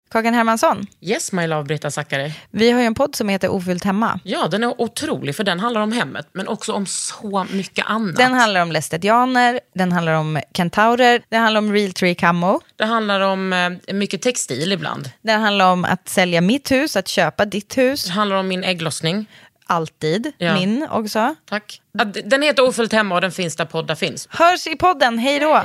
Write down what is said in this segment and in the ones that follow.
Kakan Hermansson. Yes, my love, Britta Zackari. Vi har ju en podd som heter Ofyllt hemma. Ja, den är otrolig för den handlar om hemmet, men också om så mycket annat. Den handlar om lästetianer, den handlar om kentaurer, den handlar om real tree camo. Det handlar om mycket textil ibland. Den handlar om att sälja mitt hus, att köpa ditt hus. Det handlar om min ägglossning. Alltid, min också. Tack. Den heter Ofyllt hemma och den finns där poddar finns. Hörs i podden, hej då!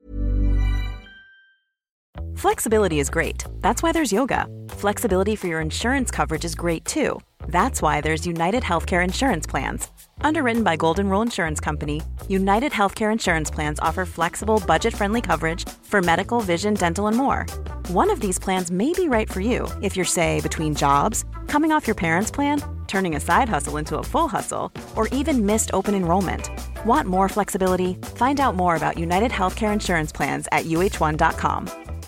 Flexibility is great. That's why there's yoga. Flexibility for your insurance coverage is great too. That's why there's United Healthcare Insurance Plans. Underwritten by Golden Rule Insurance Company, United Healthcare Insurance Plans offer flexible, budget-friendly coverage for medical, vision, dental, and more. One of these plans may be right for you if you're, say, between jobs, coming off your parents' plan, turning a side hustle into a full hustle, or even missed open enrollment. Want more flexibility? Find out more about United Healthcare Insurance Plans at uh1.com.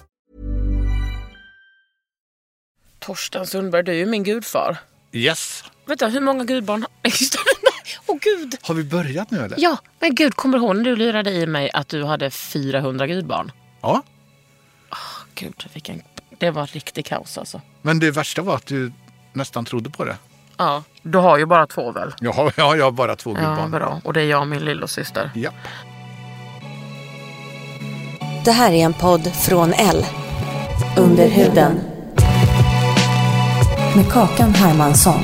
Torsten Sundberg, du är ju min gudfar. Yes. Vänta, hur många gudbarn? Åh gud. Har vi börjat nu eller? Ja, men gud, kommer du ihåg när du lurade i mig att du hade 400 gudbarn? Ja. Gud, det var riktigt kaos alltså. Men det värsta var att du nästan trodde på det. Ja, du har ju bara 2 väl? Jag har bara 2 gudbarn. Ja, bra. Och det är jag och min lillasyster. Japp. Det här är en podd från L. Under huden. Med Kakan Hermansson.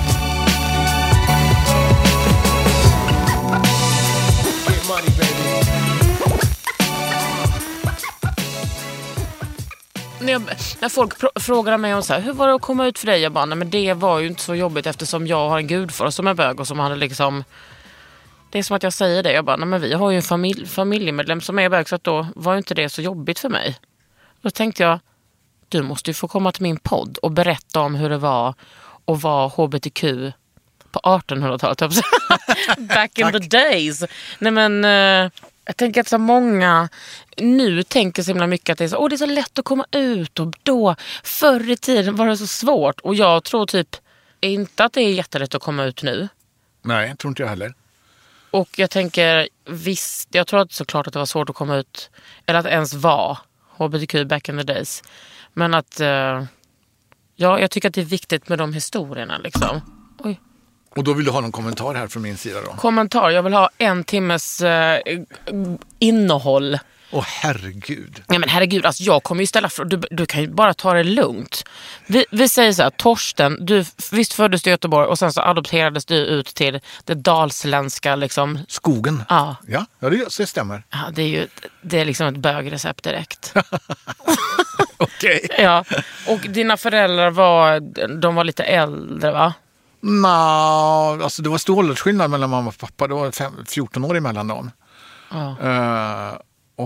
När folk frågar mig om så här, hur var det att komma ut för dig? Jag bara, nej, men det var ju inte så jobbigt eftersom jag har en gudfar som är bög och som hade liksom... Det är som att jag säger det. Jag bara, nej, men vi har ju en familjemedlem som är bög, så att då var ju inte det så jobbigt för mig. Då tänkte jag, du måste ju få komma till min podd och berätta om hur det var att vara hbtq på 1800-talet. Back in the days. Nej, men jag tänker att så många nu tänker så himla mycket att det är så, det är så lätt att komma ut, och då förr i tiden var det så svårt. Och jag tror typ inte att det är jättelätt att komma ut nu. Nej, jag tror inte jag heller. Och jag tänker, visst, jag tror att såklart att det var svårt att komma ut, eller att ens vara hbtq back in the days. Men att, jag tycker att det är viktigt med de historierna liksom. Oj. Och då vill du ha någon kommentar här från min sida då? Kommentar, jag vill ha 1 timmes innehåll. Åh herregud. Ja, men herregud, alltså jag kommer ju ställa frågor. Du kan ju bara ta det lugnt. Vi säger så här, Torsten, du visst föddes du i Göteborg och sen så adopterades du ut till det dalsländska liksom. Skogen? Ja. Ja, det stämmer. Ja, det är liksom ett bögrecept direkt. Okej. Ja, och dina föräldrar var lite äldre, va? Nej, alltså det var stor åldersskillnad mellan mamma och pappa. Det var 14 år emellan dem. Ja.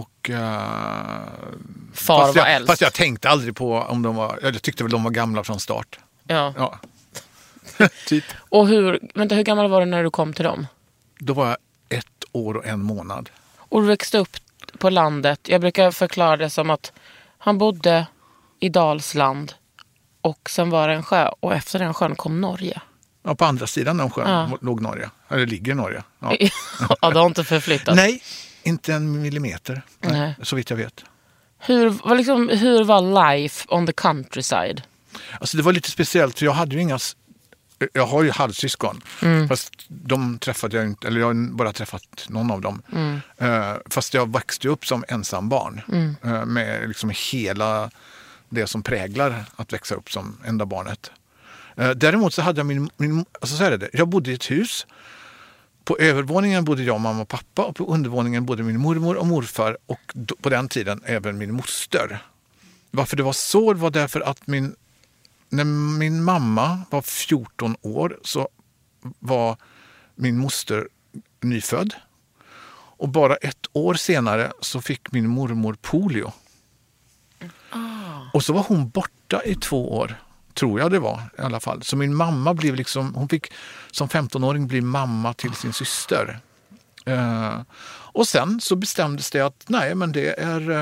Far var äldst. Fast jag tänkte aldrig på om de var... Jag tyckte väl de var gamla från start. Ja. Typ. Och hur gammal var du när du kom till dem? Då var jag 1 år och 1 månad. Och du växte upp på landet. Jag brukar förklara det som att han bodde i Dalsland och sen var det en sjö, och efter den sjön kom Norge. Ja, på andra sidan av sjön låg Norge. Eller ligger Norge. Ja, ja, det har inte förflyttat. Nej, inte 1 millimeter. Nej. Så vitt jag vet. Hur var life on the countryside? Alltså det var lite speciellt, för jag hade ju jag har ju halvsyskon. Fast de träffade jag inte, eller jag har bara träffat någon av dem. Fast jag växte upp som ensam barn. Med liksom hela det som präglar att växa upp som enda barnet. Däremot så hade jag alltså så är det. Jag bodde i ett hus. På övervåningen bodde jag, mamma och pappa, och på undervåningen bodde min mormor och morfar, och på den tiden även min moster. Varför det var så var därför att när min mamma var 14 år så var min moster nyfödd. Och bara 1 år senare så fick min mormor polio. Och så var hon borta i 2 år. Tror jag det var i alla fall. Så min mamma blev liksom, hon fick som 15-åring bli mamma till sin syster. Och sen så bestämdes det att nej, men det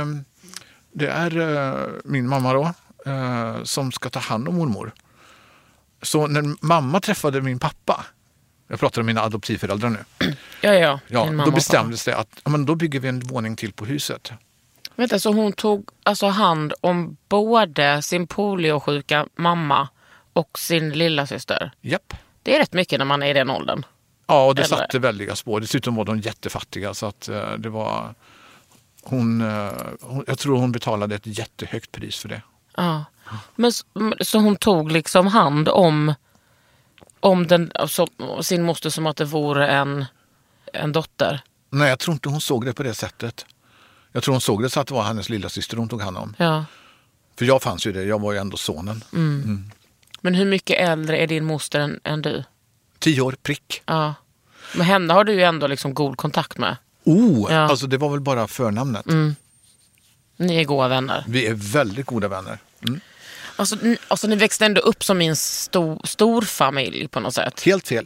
är min mamma då som ska ta hand om mormor. Så när mamma träffade min pappa, jag pratar om mina adoptivföräldrar nu. Ja, då bestämdes det att men då bygger vi en våning till på huset. Vänta, så hon tog alltså hand om både sin poliosjuka mamma och sin lilla syster. Japp. Det är rätt mycket när man är i den åldern. Ja, och det Eller? satte väldiga spår. Dessutom var de jättefattiga så att det var... jag tror hon betalade ett jättehögt pris för det. Ja. Men så hon tog liksom hand om den, alltså, sin moster som att det vore en dotter. Nej, jag tror inte hon såg det på det sättet. Jag tror hon såg det så att det var hennes lilla syster hon tog hand om. Ja. För jag fanns ju det, jag var ju ändå sonen. Men hur mycket äldre är din moster än du? 10 år prick. Ja. Men henne har du ju ändå liksom god kontakt med. Ja. Ja. Det var väl bara förnamnet. Ni är goda vänner. Vi är väldigt goda vänner. Alltså ni växte ändå upp som min stor familj på något sätt. Helt fel.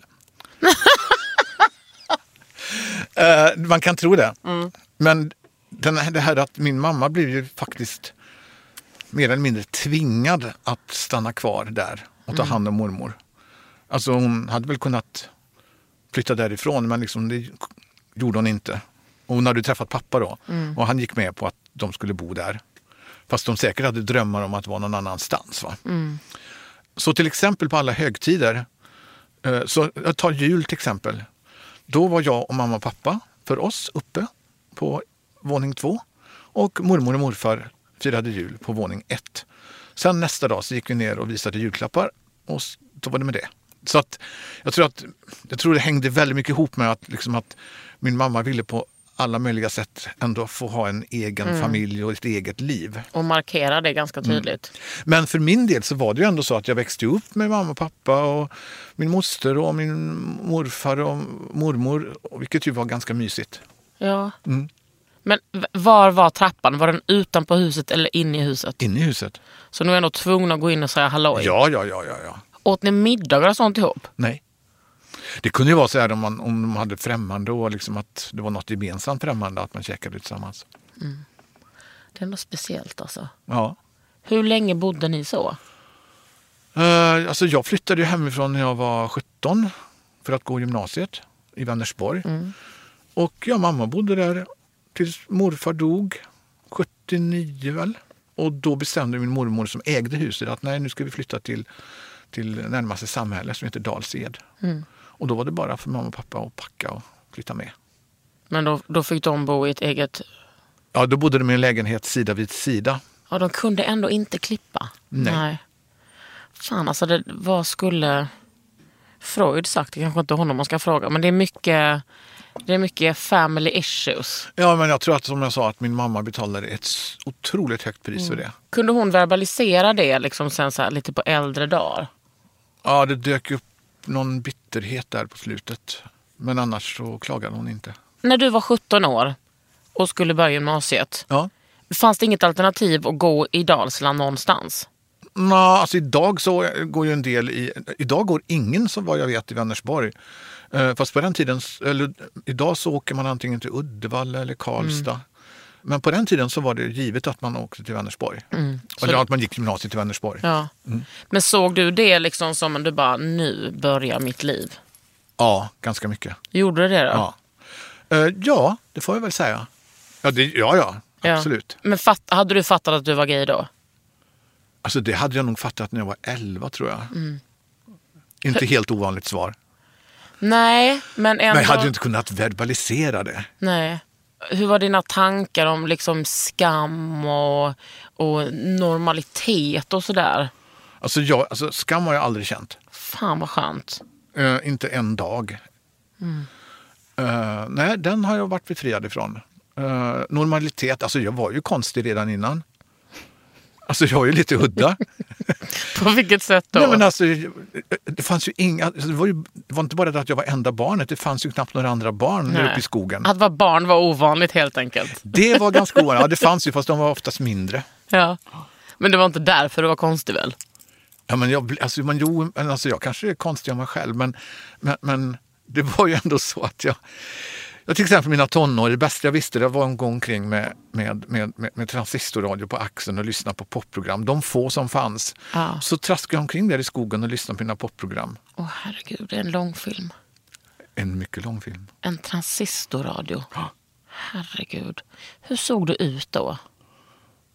Man kan tro det. Men det här att min mamma blev ju faktiskt mer eller mindre tvingad att stanna kvar där och ta hand om mormor. Alltså hon hade väl kunnat flytta därifrån, men liksom det gjorde hon inte. Och hon hade träffat pappa då och han gick med på att de skulle bo där. Fast de säkert hade drömmar om att vara någon annanstans. Va? Så till exempel på alla högtider, så jag tar jul till exempel. Då var jag och mamma och pappa för oss uppe på våning 2 och mormor och morfar firade jul på våning 1. Sen nästa dag så gick vi ner och visade julklappar och då var det med det. Så att jag tror det hängde väldigt mycket ihop med att min mamma ville på alla möjliga sätt ändå få ha en egen familj och ett eget liv. Och markera det ganska tydligt. Men för min del så var det ju ändå så att jag växte upp med mamma och pappa och min moster och min morfar och mormor, vilket ju var ganska mysigt. Ja. Men var var trappan? Var den utanpå huset eller inne i huset? Inne i huset. Så nu är jag ändå tvungen att gå in och säga halloj? Ja. Åt ni middagar och sånt ihop? Nej. Det kunde ju vara så här om de hade främmande och liksom att det var något gemensamt främmande att man käkade tillsammans. Det är något speciellt alltså. Ja. Hur länge bodde ni så? Alltså jag flyttade ju hemifrån när jag var 17 för att gå gymnasiet i Vänersborg. Och mamma bodde där tills morfar dog 79 väl. Och då bestämde min mormor som ägde huset att nej, nu ska vi flytta till närmaste samhälle som heter Dalsed. Och då var det bara för mamma och pappa att packa och flytta med. Men då fick de bo i ett eget... Ja, då bodde de i en lägenhet sida vid sida. Ja, de kunde ändå inte klippa. Nej. Fan, alltså vad skulle Freud sagt? Det kanske inte honom man ska fråga. Men det är mycket family issues. Ja, men jag tror att som jag sa att min mamma betalade ett otroligt högt pris för det. Kunde hon verbalisera det liksom sen så här, lite på äldre dagar? Ja, det dök upp någon bitterhet där på slutet. Men annars så klagade hon inte. När du var 17 år och skulle börja gymnasiet. Ja. Fanns det inget alternativ att gå i Dalsland någonstans? Nej, alltså idag så går ju en del idag går ingen som vad jag vet i Vänersborg. Fast på den tiden, eller idag så åker man antingen till Uddevalla eller Karlstad. Men på den tiden så var det givet att man åkte till Vänersborg. Eller att man gick gymnasiet till Vänersborg. Ja. Men såg du det liksom som en du bara, nu börjar mitt liv? Ja, ganska mycket. Gjorde du det då? Ja, ja det får jag väl säga. Ja, absolut. Men hade du fattat att du var gay då? Alltså det hade jag nog fattat när jag var 11 tror jag. Inte helt ovanligt svar. Nej, men ändå... Men jag hade ju inte kunnat verbalisera det. Nej. Hur var dina tankar om liksom skam och normalitet och sådär? Alltså skam har jag aldrig känt. Fan vad skönt. Inte en dag. Nej, den har jag varit befriad ifrån. Normalitet, alltså jag var ju konstig redan innan. Alltså jag är ju lite udda. På vilket sätt då? Nej, men alltså, det fanns ju inga... Alltså, det var inte bara det att jag var enda barnet. Det fanns ju knappt några andra barn där uppe i skogen. Att vara barn var ovanligt helt enkelt. Det var ganska ovanligt. Ja, det fanns ju fast de var oftast mindre. Ja. Men det var inte därför du var konstig väl? Ja, men jag kanske är konstig av mig själv. Men det var ju ändå så att jag till exempel mina tonår, det bästa jag visste det var en gång kring med transistorradio på axeln och lyssna på popprogram. De få som fanns. Ja. Så traskade jag omkring där i skogen och lyssnade på mina popprogram. Herregud, det är en lång film. En mycket lång film. En transistorradio. Ja. Herregud. Hur såg du ut då?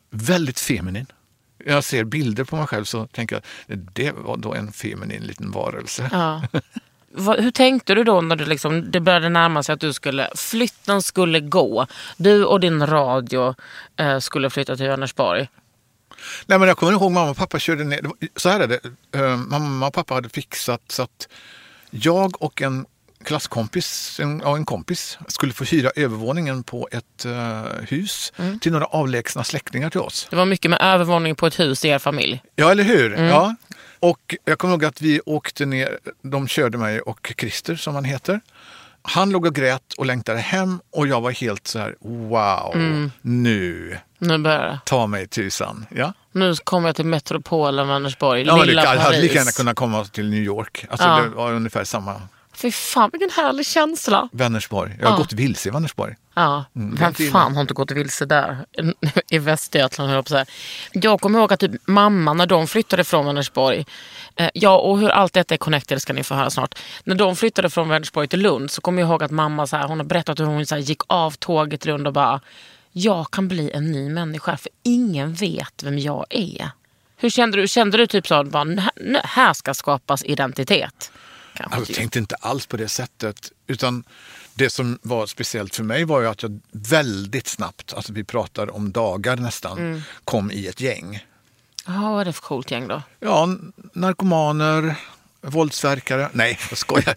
Väldigt feminin. Jag ser bilder på mig själv så tänker jag det var då en feminin liten varelse. Ja. Hur tänkte du då när det började närma sig att flytten skulle gå? Du och din radio skulle flytta till Vänersborg. Nej, men jag kommer ihåg mamma och pappa körde ner. Så här är det. Mamma och pappa hade fixat så att jag och en klasskompis, en kompis, skulle få hyra övervåningen på ett hus till några avlägsna släktingar till oss. Det var mycket med övervåning på ett hus i er familj. Ja, eller hur? Ja. Och jag kommer ihåg att vi åkte ner, de körde mig och Christer som han heter. Han låg och grät och längtade hem och jag var helt så här, wow, nu börjar det. Ta mig tusan. Ja? Nu kommer jag till metropolen Vänersborg, lilla Paris. Jag hade lika gärna kunnat komma till New York. Alltså det var ungefär samma. Fy fan, vilken härlig känsla. Vänersborg. Jag har gått vilse i Vänersborg. Ja, vem fan har inte gått vilse där i Västergötland? Jag kommer ihåg att typ mamma, när de flyttade från Vänersborg, och hur allt detta är connected ska ni få höra snart. När de flyttade från Vänersborg till Lund så kommer jag ihåg att mamma hon har berättat hur hon gick av tåget till Lund och bara, jag kan bli en ny människa för ingen vet vem jag är. Hur kände du? Kände du typ så att här ska skapas identitet? Jag tänkte inte alls på det sättet, utan det som var speciellt för mig var ju att jag väldigt snabbt, alltså vi pratar om dagar nästan, kom i ett gäng. Ja, vad är det för coolt gäng då? Ja, narkomaner, våldsverkare. Nej, jag skojar.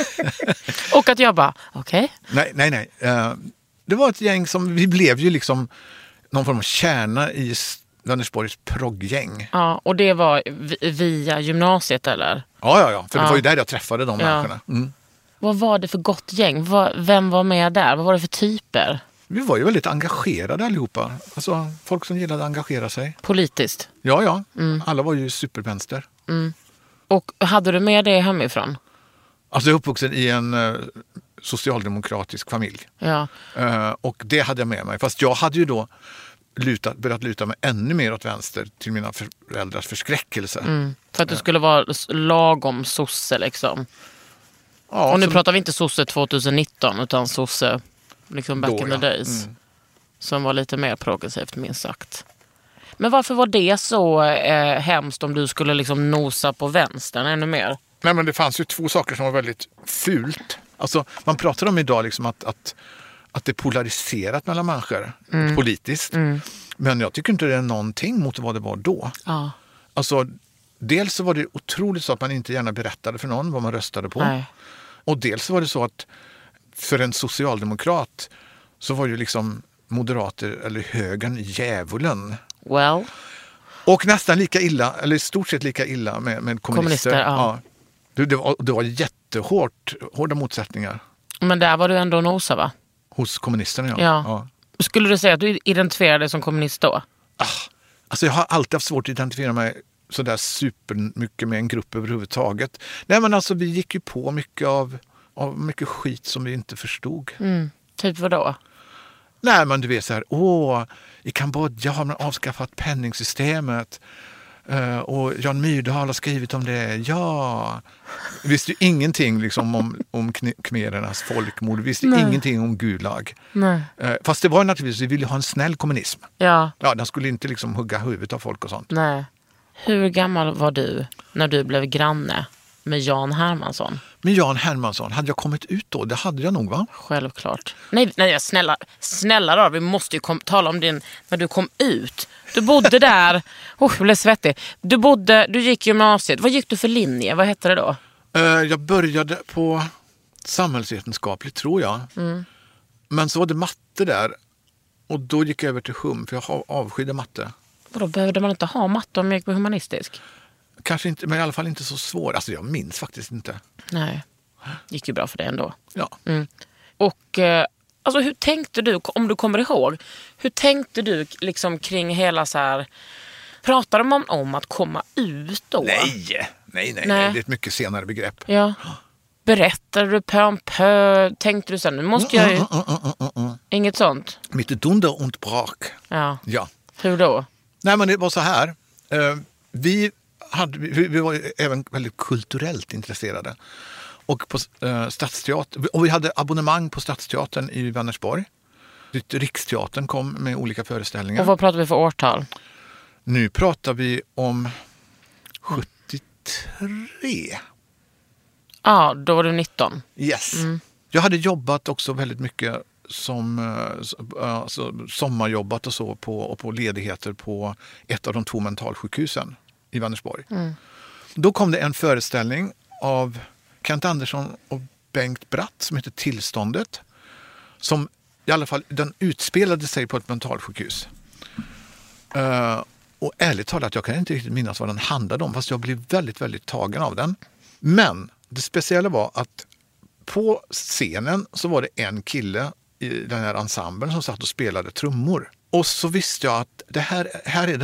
Och att jag bara, okej. Nej. Det var ett gäng som, vi blev ju liksom någon form av kärna i Vänersborgs progggäng. Ja, och det var via gymnasiet eller? Ja, för det var ju där jag träffade de människorna. Vad var det för gott gäng? Vem var med där? Vad var det för typer? Vi var ju väldigt engagerade allihopa. Alltså folk som gillade att engagera sig. Politiskt? Ja. Alla var ju supervänster. Och hade du med det hemifrån? Alltså jag är uppvuxen i en socialdemokratisk familj. Ja. Och det hade jag med mig. Fast jag hade ju då börjat luta mig ännu mer åt vänster till mina föräldrars förskräckelse. För att du skulle vara lagom sosse liksom. Ja, och nu pratar vi inte sosse 2019 utan sosse liksom back in the days. Som var lite mer progressivt minst sagt. Men varför var det så hemskt om du skulle liksom nosa på vänstern ännu mer? Nej, men det fanns ju två saker som var väldigt fult. Alltså man pratar om idag liksom att det är polariserat mellan människor politiskt. Men jag tycker inte det är någonting mot vad det var då. Ja. Alltså dels så var det otroligt så att man inte gärna berättade för någon vad man röstade på. Nej. Och dels var det så att för en socialdemokrat så var ju liksom moderater eller högern djävulen. Well. Och nästan lika illa, eller i stort sett lika illa med kommunister. Ja. Det var hårda motsättningar. Men där var du ändå nosa va? Hos kommunisterna, ja. Skulle du säga att du identifierade dig som kommunist då? Alltså jag har alltid haft svårt att identifiera mig sådär supermycket med en grupp överhuvudtaget. Nej, men alltså vi gick ju på mycket av mycket skit som vi inte förstod. Typ vad då? Nej, men du vet så här, i Kambodja har man avskaffat penningsystemet. Och Jan Myrdal har skrivit om det. Ja, vi visste ju ingenting liksom om khmerernas folkmord. Vi visste ingenting om Gulag. Nej. Fast det var naturligtvis, vi ville ha en snäll kommunism. Ja, den skulle inte liksom hugga huvudet av folk och sånt. Nej. Hur gammal var du när du blev granne med Jan Hermansson? Med Jan Hermansson, hade jag kommit ut då? Det hade jag nog, va? Självklart. Nej, snälla då, vi måste ju tala om när du kom ut. Du bodde där, jag blev svettig. Du gick gymnasiet. Vad gick du för linje? Vad hette det då? Jag började på samhällsvetenskapligt, tror jag. Men så var det matte där. Och då gick jag över till hum, för jag avskydde matte. Vadå, behövde man inte ha matte om man gick på humanistisk? Kanske inte, men i alla fall inte så svår. Alltså jag minns faktiskt inte. Nej, gick ju bra för det ändå. Ja. Och alltså hur tänkte du, om du kommer ihåg, hur tänkte du liksom kring hela så här, pratade man om att komma ut då? Nej, det är ett mycket senare begrepp. Ja. Berättade du pö om pö? Tänkte du sen, nu måste jag ju... Inget sånt? Mit Dunder und Brak. Ja. Hur då? Nej, men det var så här. Vi var ju även väldigt kulturellt intresserade. Och på Stadsteatern, och vi hade abonnemang på Stadsteatern i Vänersborg. Riksteatern kom med olika föreställningar. Och vad pratar vi för årtal? Nu pratar vi om 73. Ja, då var du 19. Yes. Jag hade jobbat också väldigt mycket som sommarjobbat och så på ledigheter på ett av de 2 mentalsjukhusen i Vänersborg. Då kom det en föreställning av Kent Andersson och Bengt Bratt som heter Tillståndet, som i alla fall den utspelade sig på ett mentalsjukhus. Och ärligt talat, jag kan inte riktigt minnas vad den handlade om, fast jag blev väldigt, väldigt tagen av den. Men det speciella var att på scenen så var det en kille i den här ensemblen som satt och spelade trummor. Och så visste jag att här är det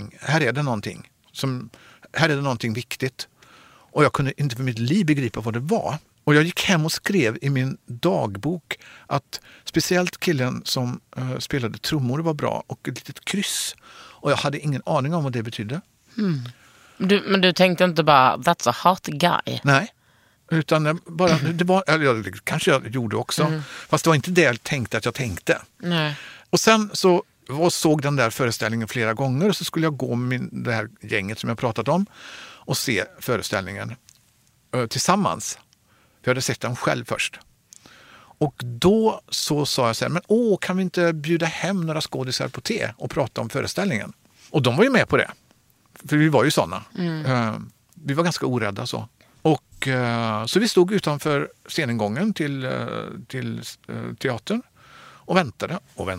någonting viktigt. Och jag kunde inte för mitt liv begripa vad det var. Och jag gick hem och skrev i min dagbok att speciellt killen som spelade trummor var bra och ett litet kryss. Och jag hade ingen aning om vad det betydde. Men du tänkte inte bara, that's a hot guy? Nej. Utan bara, det kanske jag gjorde också. Fast det var inte det jag tänkte att jag tänkte. Nej. Och sen så såg den där föreställningen flera gånger. Och så skulle jag gå med det här gänget som jag pratat om och se föreställningen tillsammans. För jag hade sett den själv först. Och då så sa jag så här, men kan vi inte bjuda hem några skådisar på te och prata om föreställningen? Och de var ju med på det. För vi var ju sådana. Vi var ganska orädda så. Och så vi stod utanför sceningången till teatern och väntade.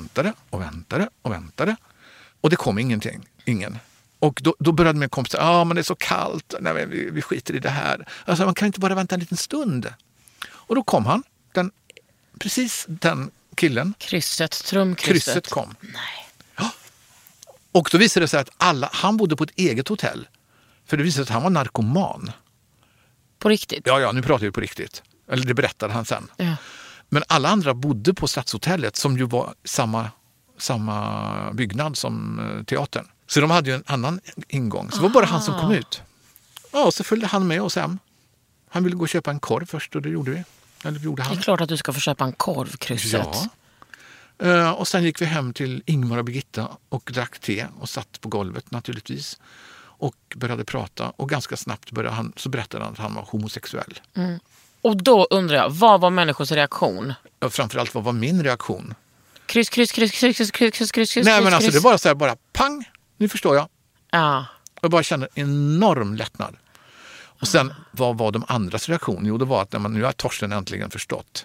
Och det kom ingenting. Ingen. Och då började min kompis säga, men det är så kallt. Nej, vi skiter i det här. Alltså, man kan inte bara vänta en liten stund. Och då kom han. Precis den killen. Trumkrysset kom. Nej. Ja. Och då visade det sig att han bodde på ett eget hotell. För det visade sig att han var narkoman. På riktigt? Ja, nu pratar vi på riktigt. Eller det berättade han sen. Ja. Men alla andra bodde på Stadshotellet som ju var samma byggnad som teatern. Så de hade ju en annan ingång. Så det var bara han som kom ut. Ja, och så följde han med oss hem. Han ville gå och köpa en korv först och det gjorde vi. Eller gjorde han. Det är klart att du ska få köpa en korv, krysset. Ja. Och sen gick vi hem till Ingmar och Birgitta och drack te och satt på golvet naturligtvis. Och började prata och ganska snabbt så berättade han att han var homosexuell. Och då undrar jag, vad var människors reaktion? Ja, framförallt vad var min reaktion? Kryss. Nej, men alltså det var så här bara pang, nu förstår jag. Ja. Jag bara kände enorm lättnad. Och sen, vad var de andras reaktion? Jo, det var att nu har Torsten äntligen förstått.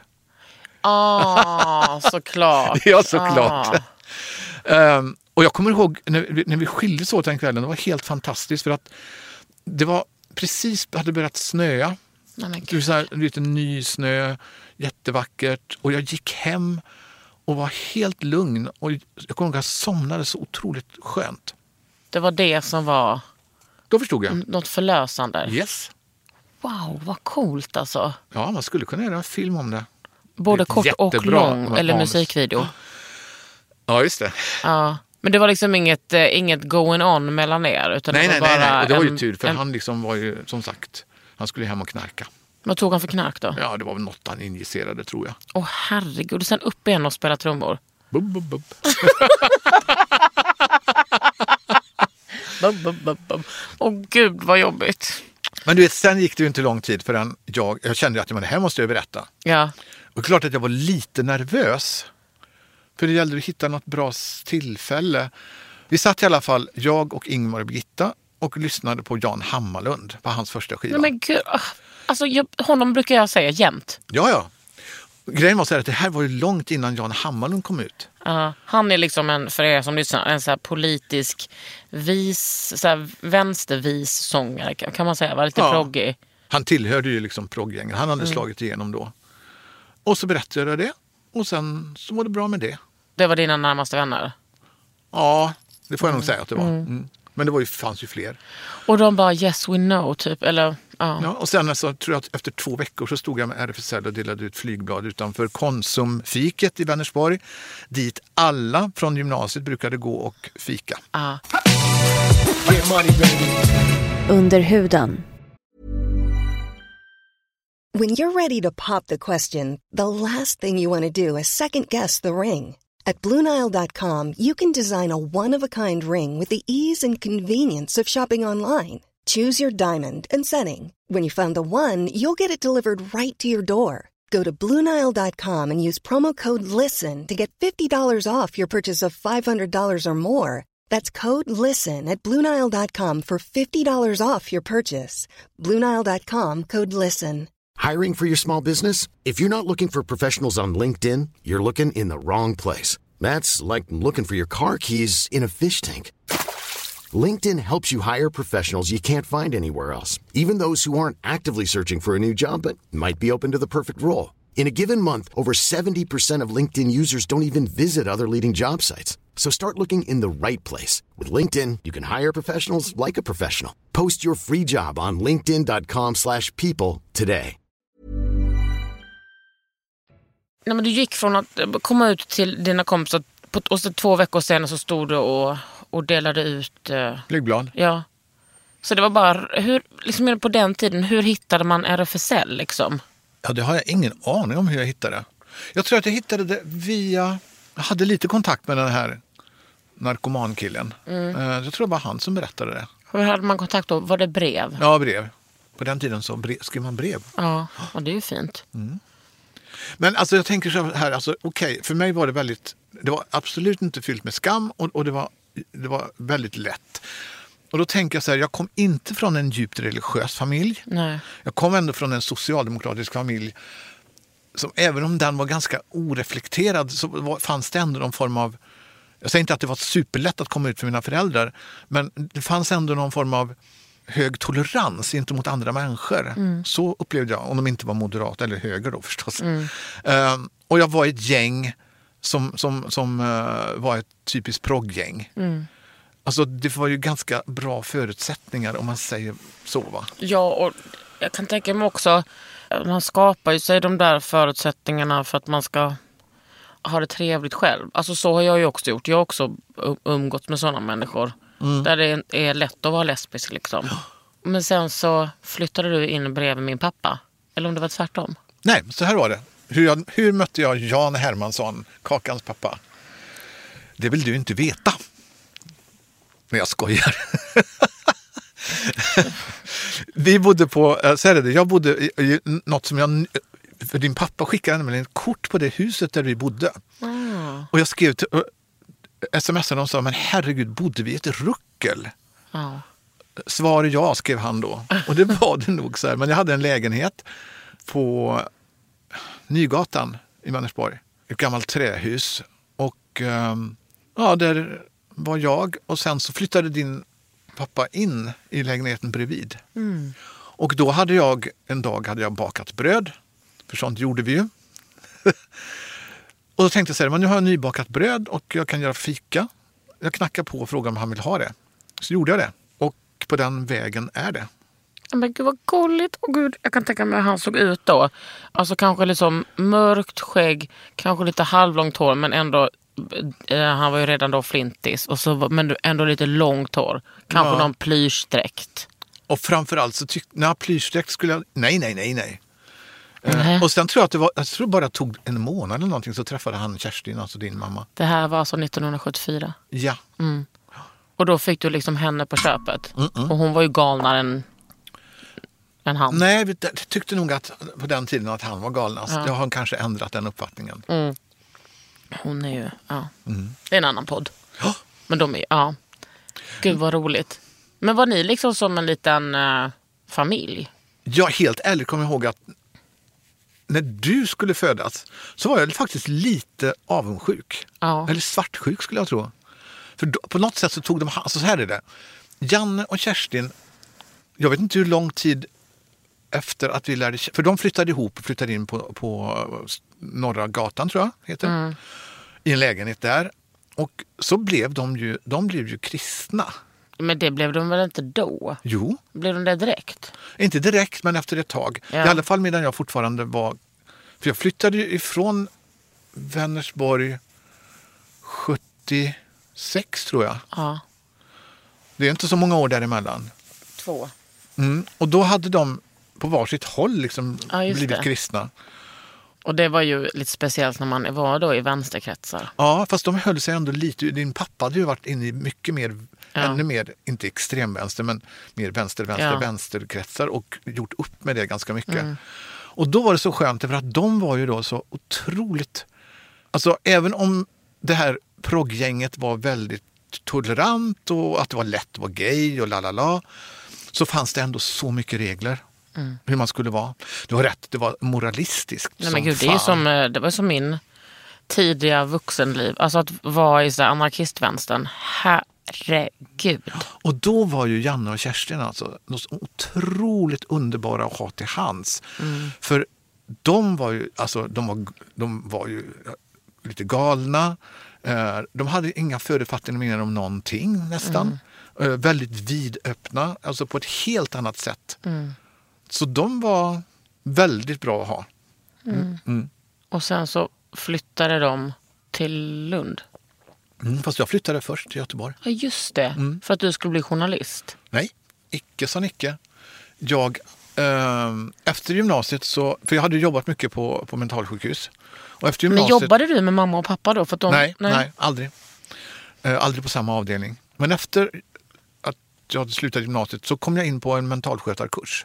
Såklart. Ja, såklart. Och jag kommer ihåg när vi skildes åt den kvällen, det var helt fantastiskt för att det var precis, hade börjat snöa. Lite ny snö, jättevackert. Och jag gick hem och var helt lugn. Och jag kommer ihåg att jag somnade så otroligt skönt. Det var det som var... Då förstod jag. Något förlösande. Yes. Wow, vad coolt alltså. Ja, man skulle kunna göra en film om det. Både kort och lång, eller musikvideo. Ja, just det. Ja. Men det var liksom inget going on mellan er. Utan Nej. Och det var ju tur, för han han liksom var ju, som sagt, han skulle hem och knarka. Vad tog han för knark då? Ja, det var väl något han injicerade, tror jag. Herregud, och sen upp igen och spela trummor. Bub. Gud, vad jobbigt. Men du vet, sen gick det ju inte lång tid förrän jag kände att det här måste jag berätta. Ja. Och klart att jag var lite nervös. För det gällde att hitta något bra tillfälle. Vi satt i alla fall, jag och Ingmar och Birgitta, och lyssnade på Jan Hammarlund på hans första skiva. Nej, men gud, alltså honom brukar jag säga jämt. Ja. Grejen var så här att det här var ju långt innan Jan Hammarlund kom ut. Han är liksom för er som lyssnar, en så här politisk så här vänstervis sångare, kan man säga, var lite proggig. Han tillhörde ju liksom progggängen. Han hade slagit igenom då. Och så berättade jag det. Och sen så var det bra med det. Det var dina närmaste vänner? Ja, det får jag nog säga att det var. Men det fanns ju fler. Och de bara yes we know typ, eller? Ja, och sen så tror jag att efter 2 veckor så stod jag med RFSL och delade ut flygblad utanför Konsumfiket i Vänersborg, dit alla från gymnasiet brukade gå och fika. Under huden. When you're ready to pop the question, the last thing you want to do is second guess the ring. At BlueNile.com, you can design a one-of-a-kind ring with the ease and convenience of shopping online. Choose your diamond and setting. When you find the one, you'll get it delivered right to your door. Go to BlueNile.com and use promo code LISTEN to get $50 off your purchase of $500 or more. That's code LISTEN at BlueNile.com for $50 off your purchase. BlueNile.com, code LISTEN. Hiring for your small business? If you're not looking for professionals on LinkedIn, you're looking in the wrong place. That's like looking for your car keys in a fish tank. LinkedIn helps you hire professionals you can't find anywhere else, even those who aren't actively searching for a new job but might be open to the perfect role. In a given month, over 70% of LinkedIn users don't even visit other leading job sites. So start looking in the right place. With LinkedIn, you can hire professionals like a professional. Post your free job on linkedin.com/people today. Nej, men du gick från att komma ut till dina kompisar och så 2 veckor senare så stod du och delade ut... Flygblad. Ja. Så det var bara... liksom på den tiden, hur hittade man RFSL liksom? Ja, det har jag ingen aning om hur jag hittade det. Jag tror att jag hittade det via... Jag hade lite kontakt med den här narkomankillen. Jag tror det var han som berättade det. Hur hade man kontakt då? Var det brev? Ja, brev. På den tiden så skrev man brev. Ja, och det är ju fint. Mm. Men alltså jag tänker så här, alltså, okej, för mig var det var absolut inte fyllt med skam och det var väldigt lätt. Och då tänker jag så här, jag kom inte från en djupt religiös familj. Nej. Jag kom ändå från en socialdemokratisk familj som även om den var ganska oreflekterad så fanns det ändå någon form av, jag säger inte att det var superlätt att komma ut för mina föräldrar, men det fanns ändå någon form av hög tolerans inte mot andra människor. Så upplevde jag, om de inte var moderat eller höger då förstås. Och jag var i ett gäng som var ett typiskt progggäng. Alltså det var ju ganska bra förutsättningar om man säger så, va? Ja, och jag kan tänka mig också, man skapar ju sig de där förutsättningarna för att man ska ha det trevligt själv. Alltså så har jag ju också gjort. Jag har också umgått med sådana människor. Där det är lätt att vara lesbisk liksom. Men sen så flyttade du in bredvid min pappa. Eller om det var tvärtom. Nej, så här var det. Hur mötte jag Jan Hermansson, Kakans pappa? Det vill du inte veta. Men jag skojar. Vi bodde på, så är det, jag bodde i något som jag, för din pappa skickade nämligen ett kort på det huset där vi bodde. Och jag skrev till smsade och sa, men herregud, bodde vi i ett ruckel? Svar ja, skrev han då. Och det var det nog så här. Men jag hade en lägenhet på Nygatan i Vänersborg. Ett gammalt trähus. Och ja, där var jag. Och sen så flyttade din pappa in i lägenheten bredvid. Och då hade jag bakat bröd. För sånt gjorde vi ju. Och då tänkte jag så här, men nu har jag nybakat bröd och jag kan göra fika. Jag knackar på och frågar om han vill ha det. Så gjorde jag det. Och på den vägen är det. Men gud vad gulligt. Och gud, jag kan tänka mig hur han såg ut då. Alltså kanske liksom mörkt skägg, kanske lite halvlångt hår, men ändå, han var ju redan då flintis. Och så, men ändå lite långt hår. Kanske någon plyschdräkt. Och framförallt så plyschdräkt skulle jag... Nej. Och sen tror jag att jag tror bara det tog en månad eller någonting så träffade han Kerstin, alltså din mamma. Det här var alltså 1974? Ja. Och då fick du liksom henne på köpet. Och hon var ju galnare än han. Nej, jag tyckte nog att på den tiden att han var galnast. Jag har kanske ändrat den uppfattningen. Hon är ju, det är en annan podd. Men de är, gud vad roligt. Men var ni liksom som en liten familj? Ja, helt ärligt kommer jag ihåg att när du skulle födas så var jag faktiskt lite avundsjuk. Eller svartsjuk skulle jag tro. För då, på något sätt så tog de... Alltså så här är det. Janne och Kerstin, jag vet inte hur lång tid efter att vi lärde... För de flyttade ihop och flyttade in på Norra gatan, tror jag heter. I en lägenhet där. Och så blev de blev ju kristna. Men det blev de väl inte då? Jo. Blev de det direkt? Inte direkt, men efter ett tag. I alla fall medan jag fortfarande var... För jag flyttade ju ifrån Vänersborg 76, tror jag. Ja. Det är inte så många år däremellan. 2. Och då hade de på varsitt håll liksom blivit kristna. Och det var ju lite speciellt när man var då i vänsterkretsar. Ja, fast de höll sig ändå lite... Din pappa hade ju varit inne i mycket mer, ännu mer, inte extremvänster, men mer vänsterkretsar och gjort upp med det ganska mycket. Och då var det så skönt, för att de var ju då så otroligt... Alltså även om det här progggänget var väldigt tolerant och att det var lätt att vara gay och lalala, så fanns det ändå så mycket regler hur man skulle vara. Du har rätt, det var moralistiskt. Nej, men gud, det var som min tidiga vuxenliv. Alltså att vara i så här anarkistvänstern. Herregud. Och då var ju Janne och Kerstin alltså så otroligt underbara att ha till hands. För de var ju, alltså de var ju lite galna. De hade inga förefattningar om någonting nästan. Väldigt vidöppna, alltså på ett helt annat sätt. Så de var väldigt bra att ha. Och sen så flyttade de till Lund. Fast jag flyttade först till Göteborg. Ja, just det. För att du skulle bli journalist. Nej, icke sa Nicke. Jag, efter gymnasiet så... För jag hade jobbat mycket på mentalsjukhus. Och efter gymnasiet, men jobbade du med mamma och pappa då? För att nej, aldrig. Aldrig på samma avdelning. Men efter att jag hade slutat gymnasiet så kom jag in på en mentalskötarkurs.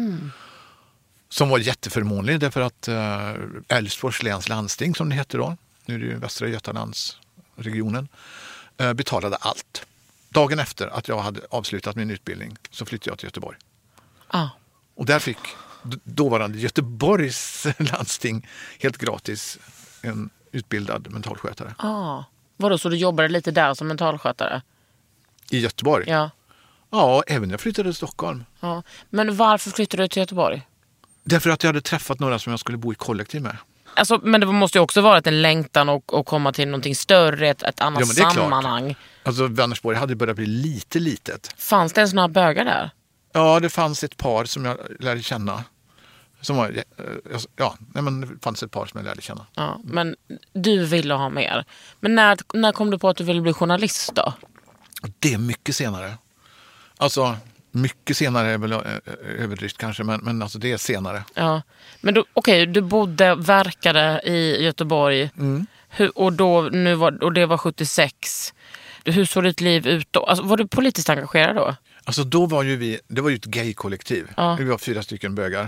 Som var jätteförmånlig därför att Älvsborgs läns landsting, som det heter då, nu är det ju Västra Götalandsregionen, betalade allt. Dagen efter att jag hade avslutat min utbildning så flyttade jag till Göteborg. Och där fick dåvarande Göteborgs landsting helt gratis en utbildad mentalskötare. Vadå, så du jobbade lite där som mentalskötare? I Göteborg? Ja. Ja, även när jag flyttade till Stockholm. Ja. Men varför flyttade du till Göteborg? Därför att jag hade träffat några som jag skulle bo i kollektiv med. Alltså, men det måste ju också vara en längtan att komma till någonting större, ett annat sammanhang. Klart. Alltså Vänersborg hade börjat bli lite litet. Fanns det ens några bögar där? Ja, det fanns ett par som jag lärde känna. Som var, det fanns ett par som jag lärde känna. Ja, men du ville ha mer. Men när kom du på att du ville bli journalist då? Det är mycket senare. Alltså, mycket senare är väl överdrift kanske, men alltså det är senare. Ja, men du verkade i Göteborg och det var 76. Hur såg ditt liv ut då? Alltså, var du politiskt engagerad då? Alltså då var ju det var ju ett gay-kollektiv. Ja. Vi var 4 stycken bögar.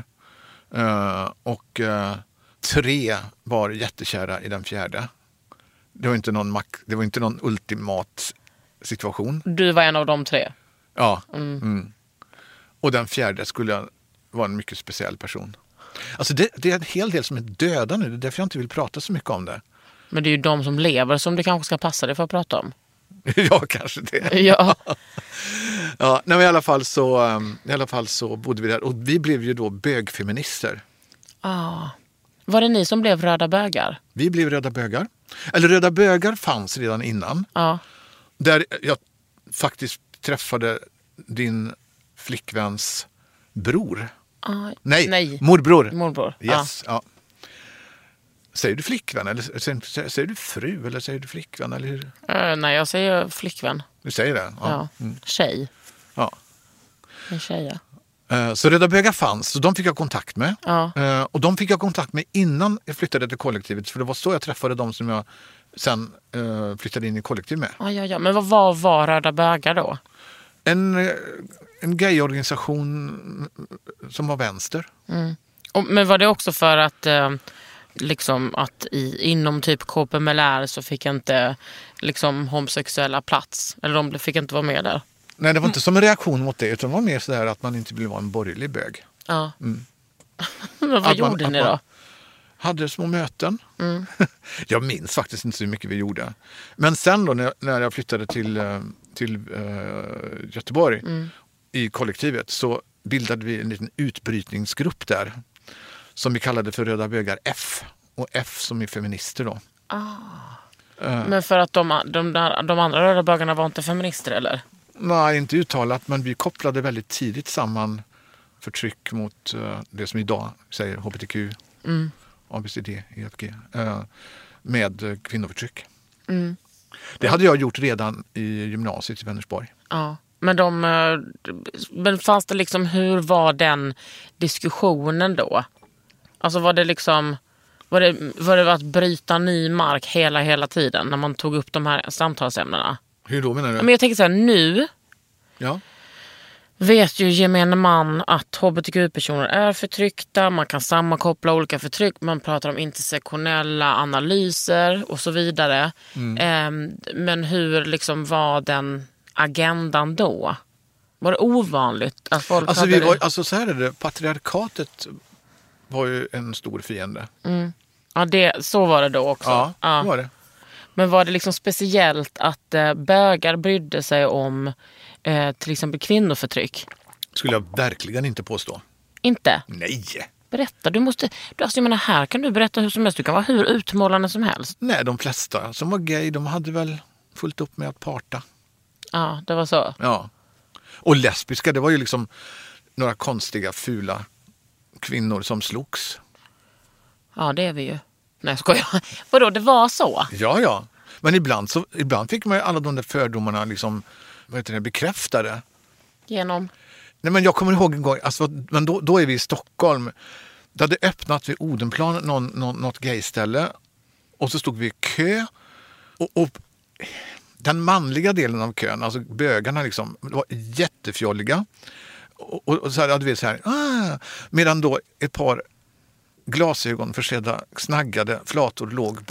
Och 3 var jättekära i den 4:e. Det var inte någon ultimat situation. Du var en av de 3? Ja. Och den 4:e skulle vara en mycket speciell person. Alltså det är en hel del som är döda nu. Det är därför jag inte vill prata så mycket om det. Men det är ju de som lever som det kanske ska passa dig för att prata om. Ja, kanske det. Ja. Ja, men i alla fall så bodde vi där. Och vi blev ju då bögfeminister. Var det ni som blev röda bögar? Vi blev röda bögar. Eller röda bögar fanns redan innan. Ja. Där jag faktiskt träffade din flickväns bror. Nej. Morbror. Yes, ja. Säger du flickvän eller säger du fru eller säger du flickvän eller hur? Nej, jag säger flickvän. Du säger det? Ja. Tjej. Ja. En tjej, så röda bögar fanns, så de fick jag kontakt med. Ja. Och de fick jag kontakt med innan jag flyttade till kollektivet, för det var så jag träffade de som jag sen flyttade in i kollektiv med. Ja. Men vad var röda bögar då? En gayorganisation som var vänster. Men var det också för att liksom att inom typ KPMLR så fick inte liksom homosexuella plats, eller de fick inte vara med där? Nej, det var inte som en reaktion mot det, utan det var mer så där att man inte ville vara en borgerlig bög. Ja. Men vad gjorde ni då? Hade små möten. Jag minns faktiskt inte så mycket vi gjorde. Men sen då när jag flyttade till Göteborg i kollektivet så bildade vi en liten utbrytningsgrupp där som vi kallade för Röda bögar F. Och F som är feminister då. Men för att de andra röda bögarna var inte feminister, eller? Nej, inte uttalat, men vi kopplade väldigt tidigt samman förtryck mot det som idag säger HBTQ, ABCD, EFG, med kvinnoförtryck. Det hade jag gjort redan i gymnasiet i Vänersborg. Ja, men fanns det liksom, hur var den diskussionen då? Alltså var Var det att bryta ny mark hela tiden när man tog upp de här samtalsämnena? Hur då menar du? Men jag tänker så här, nu vet ju gemene man att hbtq-personer är förtryckta. Man kan sammankoppla olika förtryck. Man pratar om intersektionella analyser och så vidare. Men hur liksom var den agendan då? Var det ovanligt att folk alltså så här är det. Patriarkatet var ju en stor fiende. Ja, så var det då också. Ja, det var det. Men var det liksom speciellt att bögar brydde sig om till exempel kvinnoförtryck? Skulle jag verkligen inte påstå. Inte? Nej. Berätta, alltså jag menar, här kan du berätta hur som helst. Du kan vara hur utmålande som helst. Nej, de flesta som var gay, de hade väl fullt upp med att parta. Ja, det var så. Ja. Och lesbiska, det var ju liksom några konstiga, fula kvinnor som slogs. Ja, det är vi ju. Nej, skojar. Vadå, det var så? Ja. Men ibland fick man ju alla de där fördomarna liksom, bekräftade. Genom? Nej, men jag kommer ihåg en gång, alltså, men då är vi i Stockholm. Det hade öppnat vid Odenplan något gayställe. Och så stod vi i kö. Och den manliga delen av kön, alltså bögarna liksom, var jättefjolliga. Och så hade vi så här, medan då ett par glasögon försedda snaggade flator låg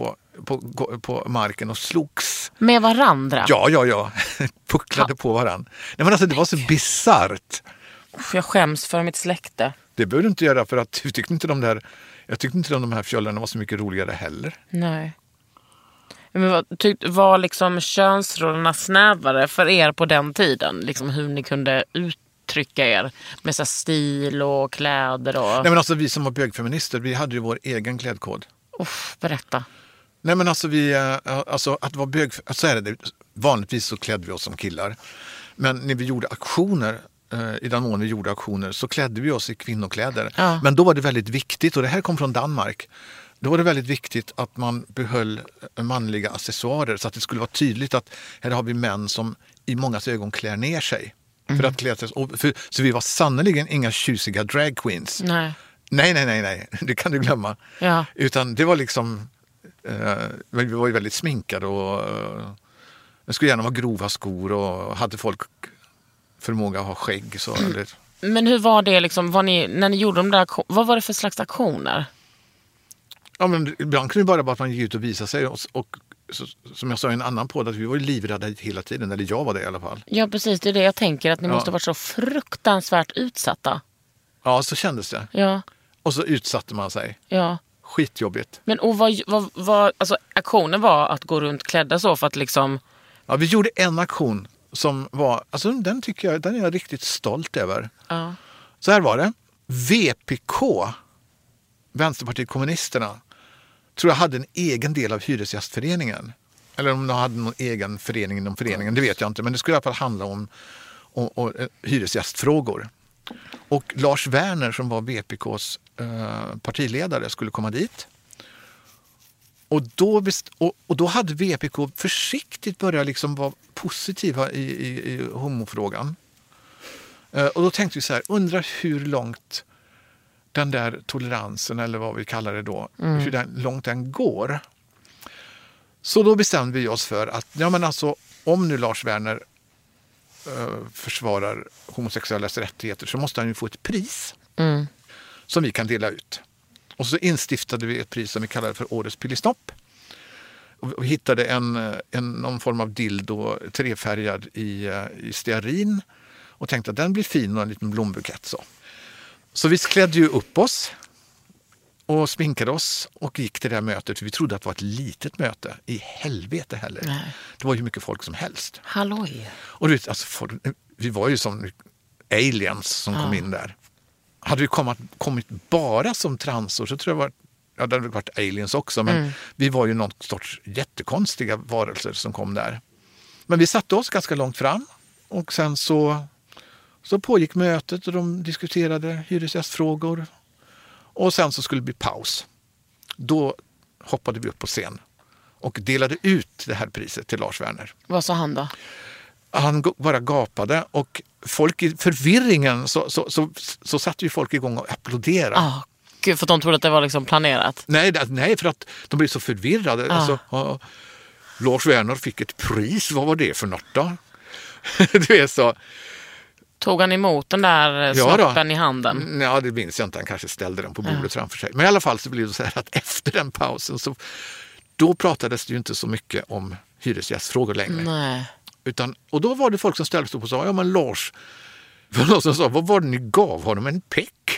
på marken och slogs. Med varandra? Ja. Pucklade på varandra. Nej, men alltså det var så bizarrt. Jag skäms för mitt släkte. Det behöver du inte göra, för att jag tyckte inte de här fjollarna var så mycket roligare heller. Nej. Men var liksom könsrollerna snävare för er på den tiden? Liksom hur ni kunde uttrycka er med så stil och kläder och... Nej, men alltså vi som var bögfeminister, vi hade ju vår egen klädkod. Berätta. Nej, men alltså att vara bög, så är det. Vanligtvis så klädde vi oss som killar. Men när vi gjorde aktioner, i den mån vi gjorde aktioner, så klädde vi oss i kvinnokläder. Ja. Men då var det väldigt viktigt, och det här kom från Danmark. Då var det väldigt viktigt att man behöll manliga accessoarer, så att det skulle vara tydligt att här har vi män som i mångas ögon klär ner sig. För att klä sig. Så vi var sannoliken inga tjusiga drag queens. Nej. Det kan du glömma. Ja. Utan det var liksom... vi var ju väldigt sminkade och det skulle gärna vara grova skor, och hade folk förmåga att ha skägg. Så, Men hur var det liksom, när ni gjorde de där, vad var det för slags aktioner? Ja, men ibland kunde det bara att man gick ut och visade sig, och så, som jag sa i en annan podd, att vi var ju livrädda hela tiden, eller jag var det i alla fall. Ja, precis, det är det jag tänker, att ni måste ha varit så fruktansvärt utsatta. Ja, så kändes det. Ja. Och så utsatte man sig. Ja. Skitjobbigt. Men och vad alltså aktionen var att gå runt klädda så för att liksom... Ja, vi gjorde en aktion som var, alltså den är jag riktigt stolt över. Ja. Så här var det. VPK, Vänsterpartiet kommunisterna, tror jag hade en egen del av Hyresgästföreningen. Eller om de hade någon egen förening inom föreningen, det vet jag inte. Men det skulle i alla fall handla om hyresgästfrågor. Och Lars Werner, som var VPKs partiledare, skulle komma dit. Och då hade VPK försiktigt börjat liksom vara positiva i homofrågan. Och då tänkte vi så här, undrar hur långt den där toleransen, eller vad vi kallar det då, hur långt den går. Så då bestämde vi oss för att, ja men alltså, om nu Lars Werner försvarar homosexuellas rättigheter, så måste han ju få ett pris som vi kan dela ut. Och så instiftade vi ett pris som vi kallade för Årets Pillesnopp. Och vi hittade någon form av dildo, trefärgad i stearin, och tänkte att den blir fin, och en liten blombukett så. Så vi klädde ju upp oss och sminkade oss och gick till det här mötet. För vi trodde att det var ett litet möte. I helvete heller. Nej. Det var ju mycket folk som helst. Halloj. Och du vet, alltså, vi var ju som aliens som kom in där. Hade vi kommit bara som transor, så tror jag det hade varit aliens också. Men vi var ju någon sorts jättekonstiga varelser som kom där. Men vi satte oss ganska långt fram. Och sen så pågick mötet, och de diskuterade hyresgästfrågor. Och sen så skulle det bli paus. Då hoppade vi upp på scen och delade ut det här priset till Lars Werner. Vad sa han då? Han bara gapade, och folk i förvirringen så satte ju folk igång och applåderade. Gud, för att de trodde att det var liksom planerat. Nej, för att de blev så förvirrade. Alltså, Lars Werner fick ett pris. Vad var det för något då? Det är så. Tog han emot den där snoppen i handen? Ja, det minns jag inte. Han kanske ställde den på bordet framför sig. Men i alla fall så blev det så här att efter den pausen så då pratades det ju inte så mycket om hyresgästfrågor längre. Nej. Och då var det folk som ställde sig upp och sa, ja men Lars, för någon som sa, vad var det ni gav honom? En peck?